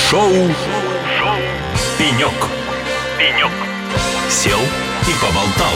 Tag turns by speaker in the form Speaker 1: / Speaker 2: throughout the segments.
Speaker 1: Шоу «Пенек». Сел и поболтал.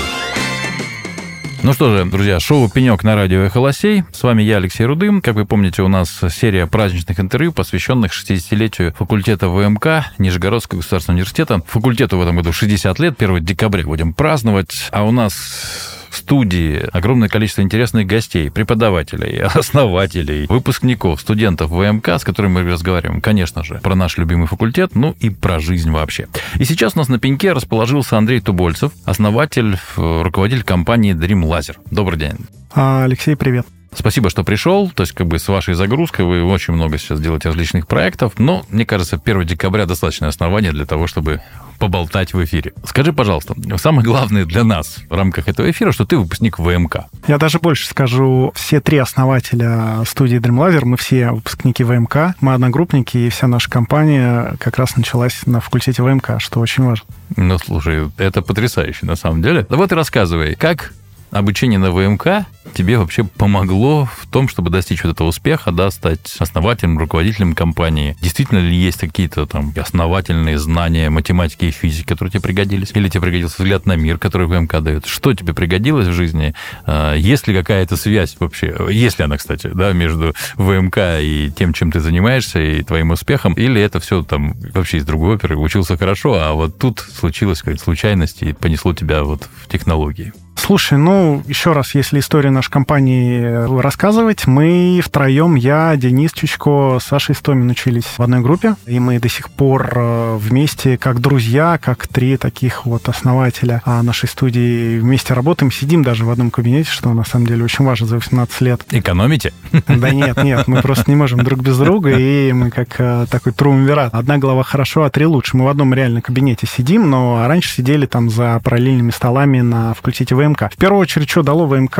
Speaker 2: Ну что же, друзья, шоу «Пенек» на радио «Эхо Лосей». С вами я, Алексей Рудым. Как вы помните, у нас серия праздничных интервью, посвященных 60-летию факультета ВМК Нижегородского государственного университета. Факультету в этом году 60 лет, 1 декабря будем праздновать. А у нас в студии огромное количество интересных гостей, преподавателей, основателей, выпускников, студентов ВМК, с которыми мы разговариваем, конечно же, про наш любимый факультет, ну и про жизнь вообще. И сейчас у нас на пеньке расположился Андрей Тубольцев, основатель, руководитель компании Dream Laser. Добрый день.
Speaker 3: Алексей, привет.
Speaker 2: Спасибо, что пришел. То есть, с вашей загрузкой вы очень много сейчас делаете различных проектов, но, мне кажется, 1 декабря достаточное основание для того, чтобы поболтать в эфире. Скажи, пожалуйста, самое главное для нас в рамках этого эфира, что ты выпускник ВМК.
Speaker 3: Я даже больше скажу. Все 3 основателя студии Dream Laser, мы все выпускники ВМК, мы одногруппники, и вся наша компания как раз началась на факультете ВМК, что очень важно.
Speaker 2: Ну, слушай, это потрясающе на самом деле. Да вот и рассказывай, как обучение на ВМК тебе вообще помогло в том, чтобы достичь вот этого успеха, да, стать основателем, руководителем компании? Действительно ли есть какие-то там основательные знания математики и физики, которые тебе пригодились? Или тебе пригодился взгляд на мир, который ВМК дает? Что тебе пригодилось в жизни? Есть ли какая-то связь вообще? Есть ли она, кстати, да, между ВМК и тем, чем ты занимаешься, и твоим успехом? Или это все там вообще из другой оперы? Учился хорошо, а вот тут случилась какая-то случайность и понесло тебя вот в технологии?
Speaker 3: Слушай, еще раз, если историю нашей компании рассказывать, мы втроем, я, Денис Чучко, Саша Истомин учились в одной группе, и мы до сих пор вместе, как друзья, как 3 таких вот основателя нашей студии вместе работаем, сидим даже в одном кабинете, что на самом деле очень важно за 18 лет.
Speaker 2: Экономите?
Speaker 3: Да нет, мы просто не можем друг без друга, и мы как такой триумвират. Одна голова хорошо, а 3 лучше. Мы в одном реально кабинете сидим, но раньше сидели там за параллельными столами на факультете ВМК. В первую очередь, что дало ВМК,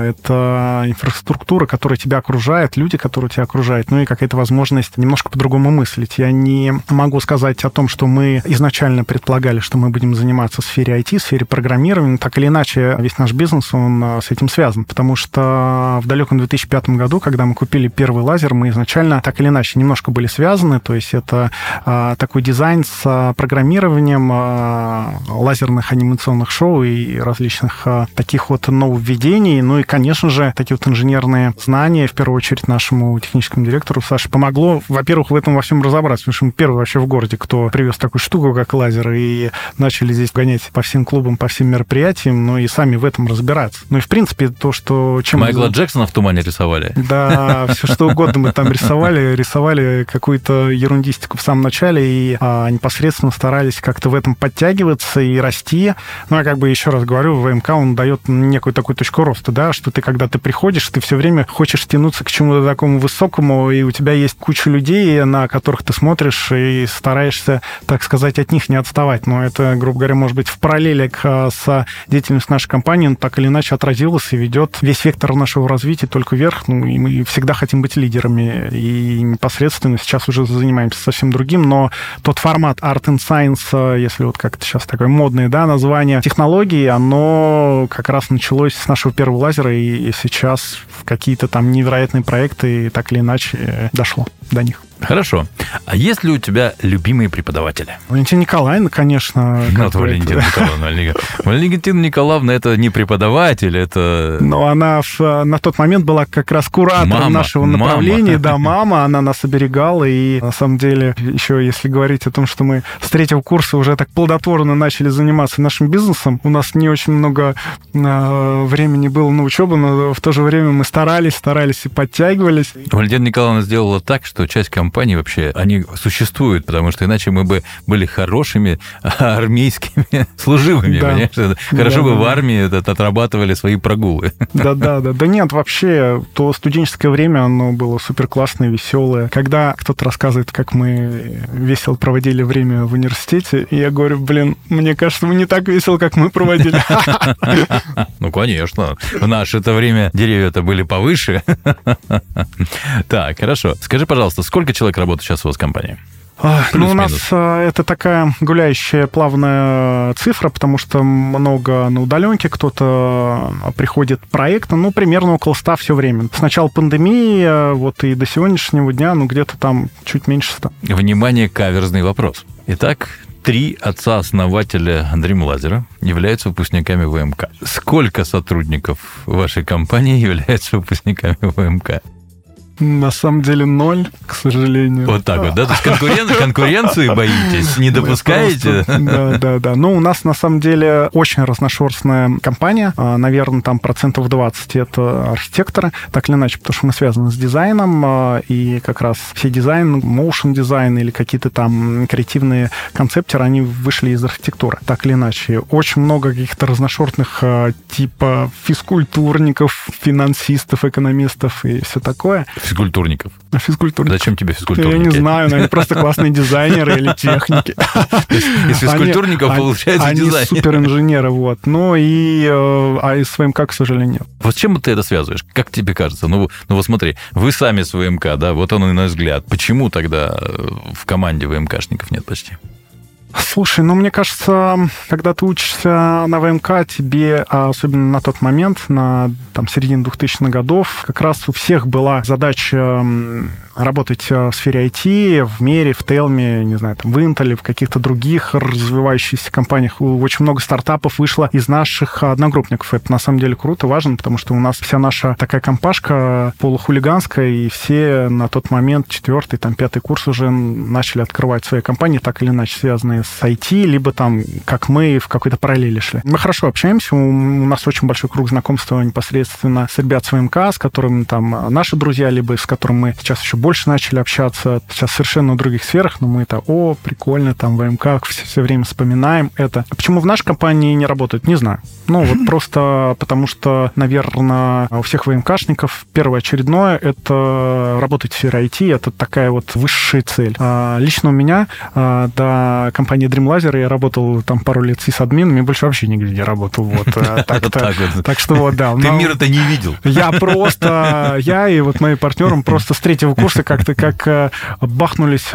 Speaker 3: это инфраструктура, которая тебя окружает, люди, которые тебя окружают, ну и какая-то возможность немножко по-другому мыслить. Я не могу сказать о том, что мы изначально предполагали, что мы будем заниматься в сфере IT, в сфере программирования. Так или иначе, весь наш бизнес, он с этим связан, потому что в далеком 2005 году, когда мы купили первый лазер, мы изначально так или иначе немножко были связаны, то есть это такой дизайн с программированием лазерных анимационных шоу и различных таких вот нововведений. Ну и, конечно же, такие вот инженерные знания, в первую очередь, нашему техническому директору Саше помогло, во-первых, в этом во всем разобраться, потому что мы первый вообще в городе, кто привез такую штуку, как лазер, и начали здесь гонять по всем клубам, по всем мероприятиям, ну и сами в этом разбираться. Ну и, в принципе, то, что...
Speaker 2: Майкла Джексона в тумане рисовали?
Speaker 3: Да, все что угодно мы там рисовали какую-то ерундистику в самом начале, и непосредственно старались как-то в этом подтягиваться и расти. Ну, я как бы еще раз говорю, ВМК, он дает некую такую точку роста, да, что ты, когда ты приходишь, ты все время хочешь тянуться к чему-то такому высокому, и у тебя есть куча людей, на которых ты смотришь и стараешься, так сказать, от них не отставать. Но это, грубо говоря, может быть, в параллели с деятельностью нашей компании, он так или иначе отразилось и ведет весь вектор нашего развития только вверх. Ну, и мы всегда хотим быть лидерами, и непосредственно сейчас уже занимаемся совсем другим, но тот формат Art and Science, если вот как-то сейчас такое модное, да, название технологии, оно как раз началось с нашего первого лазера, и сейчас в какие-то там невероятные проекты так или иначе дошло до них.
Speaker 2: Хорошо. А есть ли у тебя любимые преподаватели?
Speaker 3: Валентина Николаевна, конечно.
Speaker 2: Валентина Николаевна, это не преподаватель, это...
Speaker 3: Но она на тот момент была как раз куратором нашего направления. Да, мама, она нас оберегала. И на самом деле, еще если говорить о том, что мы с 3-го курса уже так плодотворно начали заниматься нашим бизнесом, у нас не очень много времени было на учебу, но в то же время мы старались и подтягивались.
Speaker 2: Валентина Николаевна сделала так, что часть компаний вообще, они существуют, потому что иначе мы бы были хорошими армейскими служивыми,
Speaker 3: да.
Speaker 2: Понимаешь? Хорошо бы в армии отрабатывали свои прогулы.
Speaker 3: Да нет, вообще, то студенческое время, оно было супер классное, веселое. Когда кто-то рассказывает, как мы весело проводили время в университете, и я говорю, мне кажется, мы не так весело, как мы проводили.
Speaker 2: Ну, конечно. В наше-то время деревья-то были повыше. Так, хорошо. Скажи, пожалуйста, сколько человек работает сейчас у вас в компании?
Speaker 3: Ну, у нас это такая гуляющая плавная цифра, потому что много на удаленке, кто-то приходит проектно, ну, примерно около 100 все время. С начала пандемии вот и до сегодняшнего дня, ну, где-то там чуть меньше 100.
Speaker 2: Внимание, каверзный вопрос. Итак, 3 отца-основателя Dreamlaser являются выпускниками ВМК. Сколько сотрудников вашей компании являются выпускниками ВМК?
Speaker 3: На самом деле 0, к сожалению.
Speaker 2: Вот так вот, да? То есть конкуренции боитесь, не допускаете?
Speaker 3: Да. Ну, у нас, на самом деле, очень разношерстная компания. Наверное, там 20% это архитекторы, так или иначе, потому что мы связаны с дизайном, и как раз все дизайн, моушен дизайн или какие-то там креативные концептеры, они вышли из архитектуры, так или иначе. Очень много каких-то разношерстных типа физкультурников, финансистов, экономистов и все такое.
Speaker 2: Физкультурников.
Speaker 3: Зачем
Speaker 2: тебе физкультурники?
Speaker 3: Я не знаю, наверное, просто классные дизайнеры или техники.
Speaker 2: Из физкультурников получается дизайнеры.
Speaker 3: Они суперинженеры, вот. Ну и из ВМК, к сожалению, нет.
Speaker 2: Вот с чем ты это связываешь? Как тебе кажется? Ну вот смотри, вы сами с ВМК, да, вот он и на взгляд. Почему тогда в команде ВМКшников нет почти?
Speaker 3: Слушай, ну, мне кажется, когда ты учишься на ВМК, тебе, особенно на тот момент, на там, середине 2000-х годов, как раз у всех была задача работать в сфере IT, в Мере, в Телме, не знаю, там, в Intel, в каких-то других развивающихся компаниях. Очень много стартапов вышло из наших одногруппников. Это, на самом деле, круто, важно, потому что у нас вся наша такая компашка полухулиганская, и все на тот момент 4-й, там, 5-й курс уже начали открывать свои компании, так или иначе связанные с IT, либо там, как мы, в какой-то параллели шли. Мы хорошо общаемся, у нас очень большой круг знакомства непосредственно с ребят с ВМК, с которыми там наши друзья, либо с которыми мы сейчас еще больше начали общаться, сейчас совершенно в других сферах, но мы-то, прикольно, там ВМК, все время вспоминаем это. А почему в нашей компании не работает, не знаю. Ну, вот просто потому что, наверное, у всех ВМКшников первоочередное — это работать в сфере IT, это такая вот высшая цель. Лично у меня до компании Dreamlaser я работал там пару лет сисадмином, я больше вообще нигде не работал. Вот. Так что вот, да.
Speaker 2: Ты мира-то не видел.
Speaker 3: Я и вот мои партнеры просто с 3-го курса как-то как бахнулись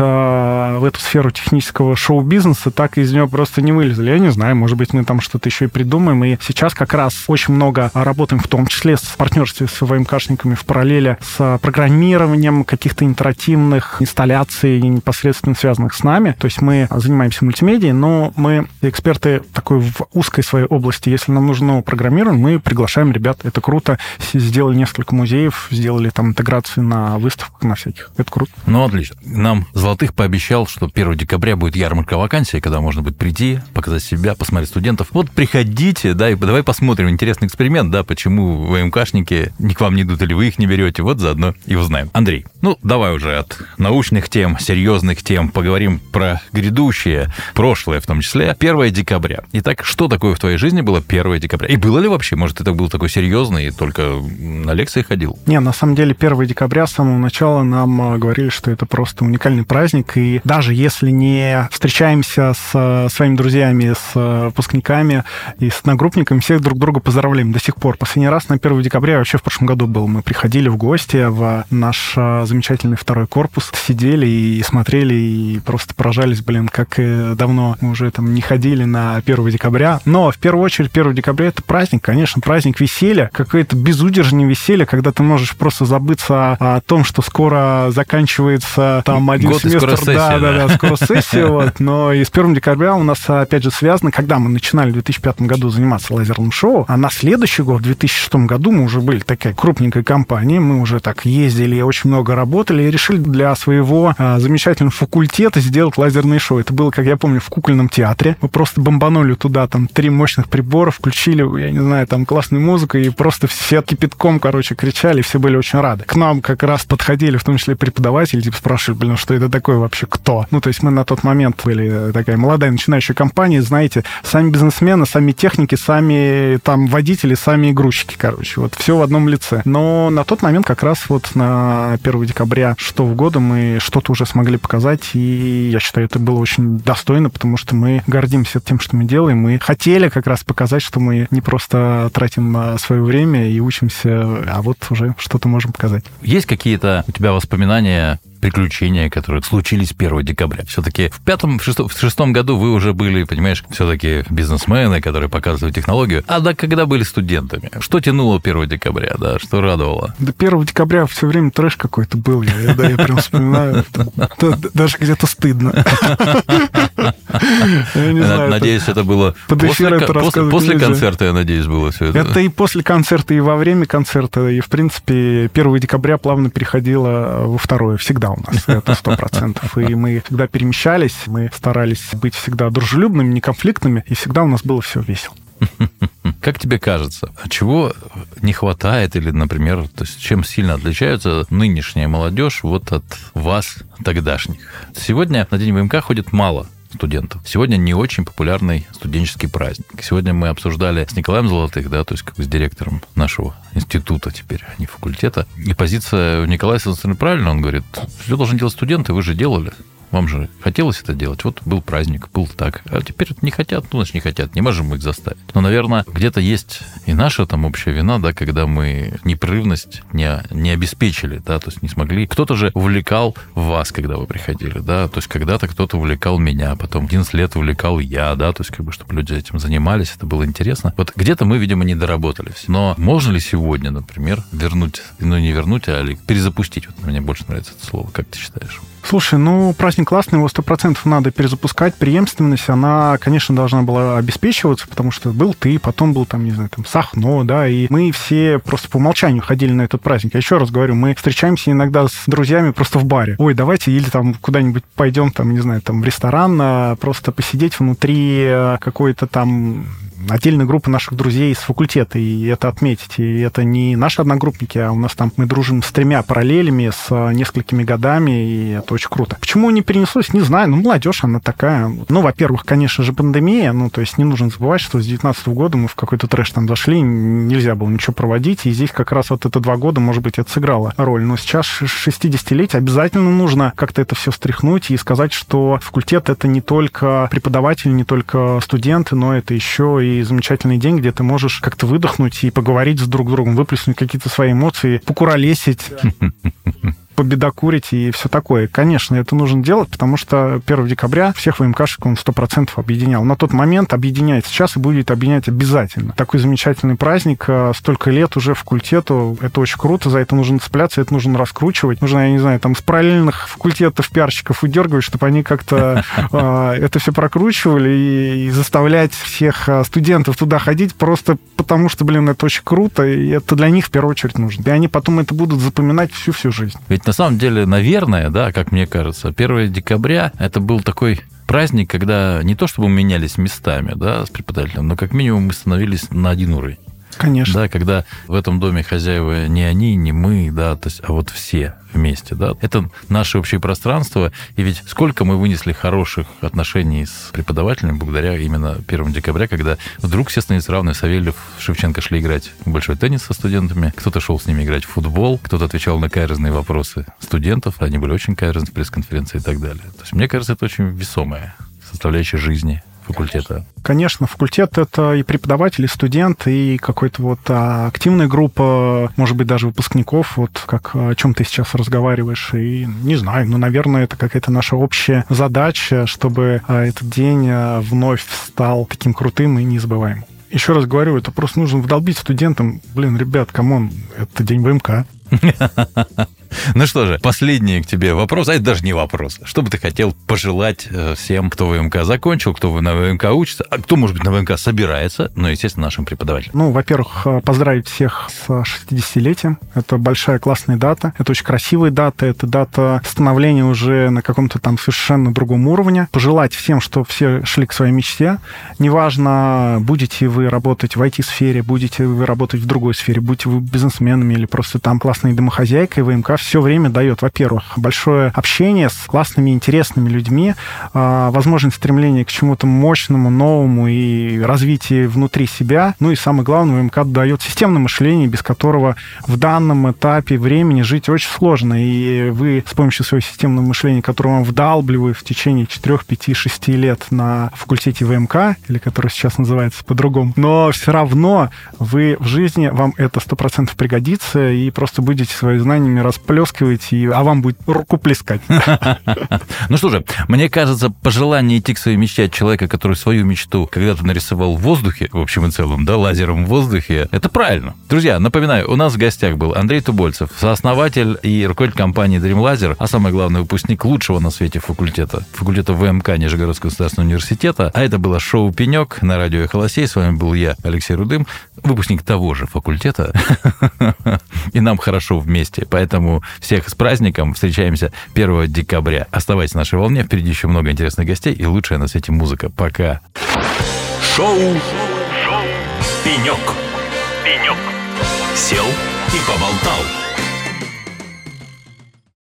Speaker 3: в эту сферу технического шоу-бизнеса, так из него просто не вылезли. Я не знаю, может быть, мы там что-то еще и придумаем. И сейчас как раз очень много работаем, в том числе в партнерстве с ВМКшниками в параллели с программированием каких-то интерактивных инсталляций, непосредственно связанных с нами. То есть мы занимаемся мультимедией, но мы эксперты такой в узкой своей области. Если нам нужно программирование, мы приглашаем ребят. Это круто. Сделали несколько музеев, сделали там интеграцию на выставках, на всяких. Это круто.
Speaker 2: Ну, отлично. Нам Золотых пообещал, что 1 декабря будет ярмарка вакансий, когда можно будет прийти, показать себя, посмотреть студентов. Вот приходите, да, и давай посмотрим. Интересный эксперимент, да, почему ВМКшники не к вам не идут или вы их не берете. Вот заодно и узнаем. Андрей, давай уже от научных тем, серьезных тем поговорим про грядущее, прошлое в том числе. 1 декабря. Итак, что такое в твоей жизни было 1 декабря? И было ли вообще? Может, это был такой серьезный и только на лекции ходил?
Speaker 3: Не, на самом деле 1 декабря с самого начала нам говорили, что это просто уникальный праздник. И даже если не встречаемся с своими друзьями, с выпускниками и с одногруппниками, всех друг друга поздравляем до сих пор. Последний раз на 1 декабря вообще в прошлом году был. Мы приходили в гости в наш замечательный 2-й корпус, сидели и смотрели, и просто поражались, как давно мы уже там не ходили на 1 декабря. Но в первую очередь 1 декабря это праздник, конечно, праздник веселья, какое-то безудержное веселье, когда ты можешь просто забыться о том, что скоро заканчивается там один
Speaker 2: год
Speaker 3: семестр.
Speaker 2: Скоро
Speaker 3: сессия. Вот. Но и с 1 декабря у нас опять же связано, когда мы начинали в 2005 году заниматься лазерным шоу, а на следующий год, в 2006 году, мы уже были такая крупненькая компания, мы уже так ездили, очень много работали и решили для своего замечательного факультета сделать лазерное шоу. Это было, как я помню, в кукольном театре. Мы просто бомбанули туда там 3 мощных прибора, включили, я не знаю, там классную музыку, и просто все кипятком, кричали, все были очень рады. К нам как раз подходили, в том числе преподаватели, спрашивали, что это такое вообще, кто? То есть мы на тот момент были такая молодая начинающая компания, знаете, сами бизнесмены, сами техники, сами там водители, сами игрушечки, вот все в одном лице. Но на тот момент как раз вот на 1 декабря 2006 года мы что-то уже смогли показать, и я считаю, это было очень достойно достойно, потому что мы гордимся тем, что мы делаем. Мы хотели как раз показать, что мы не просто тратим свое время и учимся, а вот уже что-то можем показать.
Speaker 2: Есть какие-то у тебя воспоминания, приключения, которые случились 1 декабря? Все-таки в шестом году вы уже были, понимаешь, все-таки бизнесмены, которые показывают технологию. А да, когда были студентами? Что тянуло 1 декабря, да? Что радовало?
Speaker 3: Да 1 декабря все время трэш какой-то был. Я прям вспоминаю. Даже где-то стыдно.
Speaker 2: Надеюсь, это было после концерта, я надеюсь, было все это.
Speaker 3: Это и после концерта, и во время концерта. И, в принципе, 1 декабря плавно переходило во 2. Всегда у нас, это 100%. И мы всегда перемещались, мы старались быть всегда дружелюбными, неконфликтными, и всегда у нас было все весело.
Speaker 2: Как тебе кажется, чего не хватает или, например, то есть чем сильно отличается нынешняя молодежь вот от вас, тогдашних? Сегодня на День ВМК ходит мало студентов. Сегодня не очень популярный студенческий праздник. Сегодня мы обсуждали с Николаем Золотых, да, то есть как с директором нашего института теперь, а не факультета. И позиция Николая Солнцева правильно, он говорит, все должны делать студенты, вы же делали. Вам же хотелось это делать. Вот был праздник, был так. А теперь не хотят, значит, не хотят. Не можем мы их заставить. Но, наверное, где-то есть и наша там общая вина, да, когда мы непрерывность не обеспечили, да, то есть не смогли. Кто-то же увлекал вас, когда вы приходили, да, то есть когда-то кто-то увлекал меня, потом 11 лет увлекал я, да, то есть как бы, чтобы люди этим занимались, это было интересно. Вот где-то мы, видимо, не доработались. Но можно ли сегодня, например, вернуть, не вернуть, а перезапустить? Вот мне больше нравится это слово. Как ты считаешь?
Speaker 3: Слушай, праздник классный, его 100% надо перезапускать. Преемственность, она, конечно, должна была обеспечиваться, потому что был ты, потом был там, не знаю, там Сахно, да, и мы все просто по умолчанию ходили на этот праздник. Я еще раз говорю, мы встречаемся иногда с друзьями просто в баре. Ой, давайте или там куда-нибудь пойдем, там, не знаю, там в ресторан, просто посидеть внутри какой-то там отдельной группы наших друзей из факультета, и это отметить. И это не наши одногруппники, а у нас там мы дружим с 3 параллелями, с несколькими годами, и это очень круто. Почему не перенеслось, не знаю. Молодежь, она такая. Во-первых, конечно же, пандемия, то есть не нужно забывать, что с 2019 года мы в какой-то трэш там зашли, нельзя было ничего проводить, и здесь как раз вот это 2 года, может быть, это сыграло роль. Но сейчас 60-летие обязательно нужно как-то это все встряхнуть и сказать, что факультет — это не только преподаватели, не только студенты, но это еще и замечательный день, где ты можешь как-то выдохнуть и поговорить с друг другом, выплеснуть какие-то свои эмоции, покуролесить, победокурить и все такое. Конечно, это нужно делать, потому что 1 декабря всех ВМКшек он 100% объединял. На тот момент объединяет сейчас и будет объединять обязательно. Такой замечательный праздник, столько лет уже факультету, это очень круто, за это нужно цепляться, это нужно раскручивать. Нужно, я не знаю, там с параллельных факультетов пиарщиков выдергивать, чтобы они как-то это все прокручивали и заставлять всех студентов туда ходить просто потому, что, это очень круто, и это для них в первую очередь нужно. И они потом это будут запоминать всю жизнь.
Speaker 2: Ведь на самом деле, наверное, да, как мне кажется, 1 декабря это был такой праздник, когда не то чтобы мы менялись местами, да, с преподавателем, но как минимум мы становились на один уровень.
Speaker 3: Конечно.
Speaker 2: Да, когда в этом доме хозяева не они, не мы, да, то есть, а вот все вместе, да. Это наше общее пространство, и ведь сколько мы вынесли хороших отношений с преподавателями благодаря именно 1 декабря, когда вдруг все становились равны. Савельев, Шевченко шли играть в большой теннис со студентами, кто-то шел с ними играть в футбол, кто-то отвечал на каверзные вопросы студентов, они были очень каверзные в пресс-конференции и так далее. То есть, мне кажется, это очень весомая составляющая жизни факультета.
Speaker 3: Конечно, факультет — это и преподаватель, и студент, и какая-то вот активная группа, может быть, даже выпускников, вот как о чем ты сейчас разговариваешь, и не знаю, наверное, это какая-то наша общая задача, чтобы этот день вновь стал таким крутым и незабываемым. Еще раз говорю, это просто нужно вдолбить студентам. Ребят, камон, это день ВМК.
Speaker 2: Ну что же, последний к тебе вопрос, а это даже не вопрос. Что бы ты хотел пожелать всем, кто ВМК закончил, кто на ВМК учится, а кто, может быть, на ВМК собирается, естественно, нашим преподавателям?
Speaker 3: Во-первых, поздравить всех с 60-летием. Это большая классная дата, это очень красивая дата, это дата становления уже на каком-то там совершенно другом уровне. Пожелать всем, чтобы все шли к своей мечте. Неважно, будете вы работать в IT-сфере, будете вы работать в другой сфере, будете вы бизнесменами или просто там классной домохозяйкой, ВМК все время дает, во-первых, большое общение с классными, интересными людьми, возможность стремления к чему-то мощному, новому и развитие внутри себя. Ну и самое главное, ВМК дает системное мышление, без которого в данном этапе времени жить очень сложно. И вы с помощью своего системного мышления, которое вам вдалбливают в течение 4, 5, 6 лет на факультете ВМК, или который сейчас называется по-другому, но все равно вы в жизни, вам это 100% пригодится, и просто будете своими знаниями расплескивать, а вам будет руку плескать.
Speaker 2: Ну что же, мне кажется, пожелание идти к своей мечте от человека, который свою мечту когда-то нарисовал в воздухе, в общем и целом, да, лазером в воздухе, это правильно. Друзья, напоминаю, у нас в гостях был Андрей Тубольцев, сооснователь и руководитель компании Dream Laser, а самое главное, выпускник лучшего на свете факультета ВМК Нижегородского государственного университета. А это было шоу «Пенек» на радио «Эхо Лосей». С вами был я, Алексей Рудым, выпускник того же факультета. И нам хорошо вместе. Поэтому всех с праздником. Встречаемся 1 декабря. Оставайтесь на нашей волне. Впереди еще много интересных гостей и лучшая на свете музыка. Пока.
Speaker 1: Шоу «Пенек». Сел и поболтал.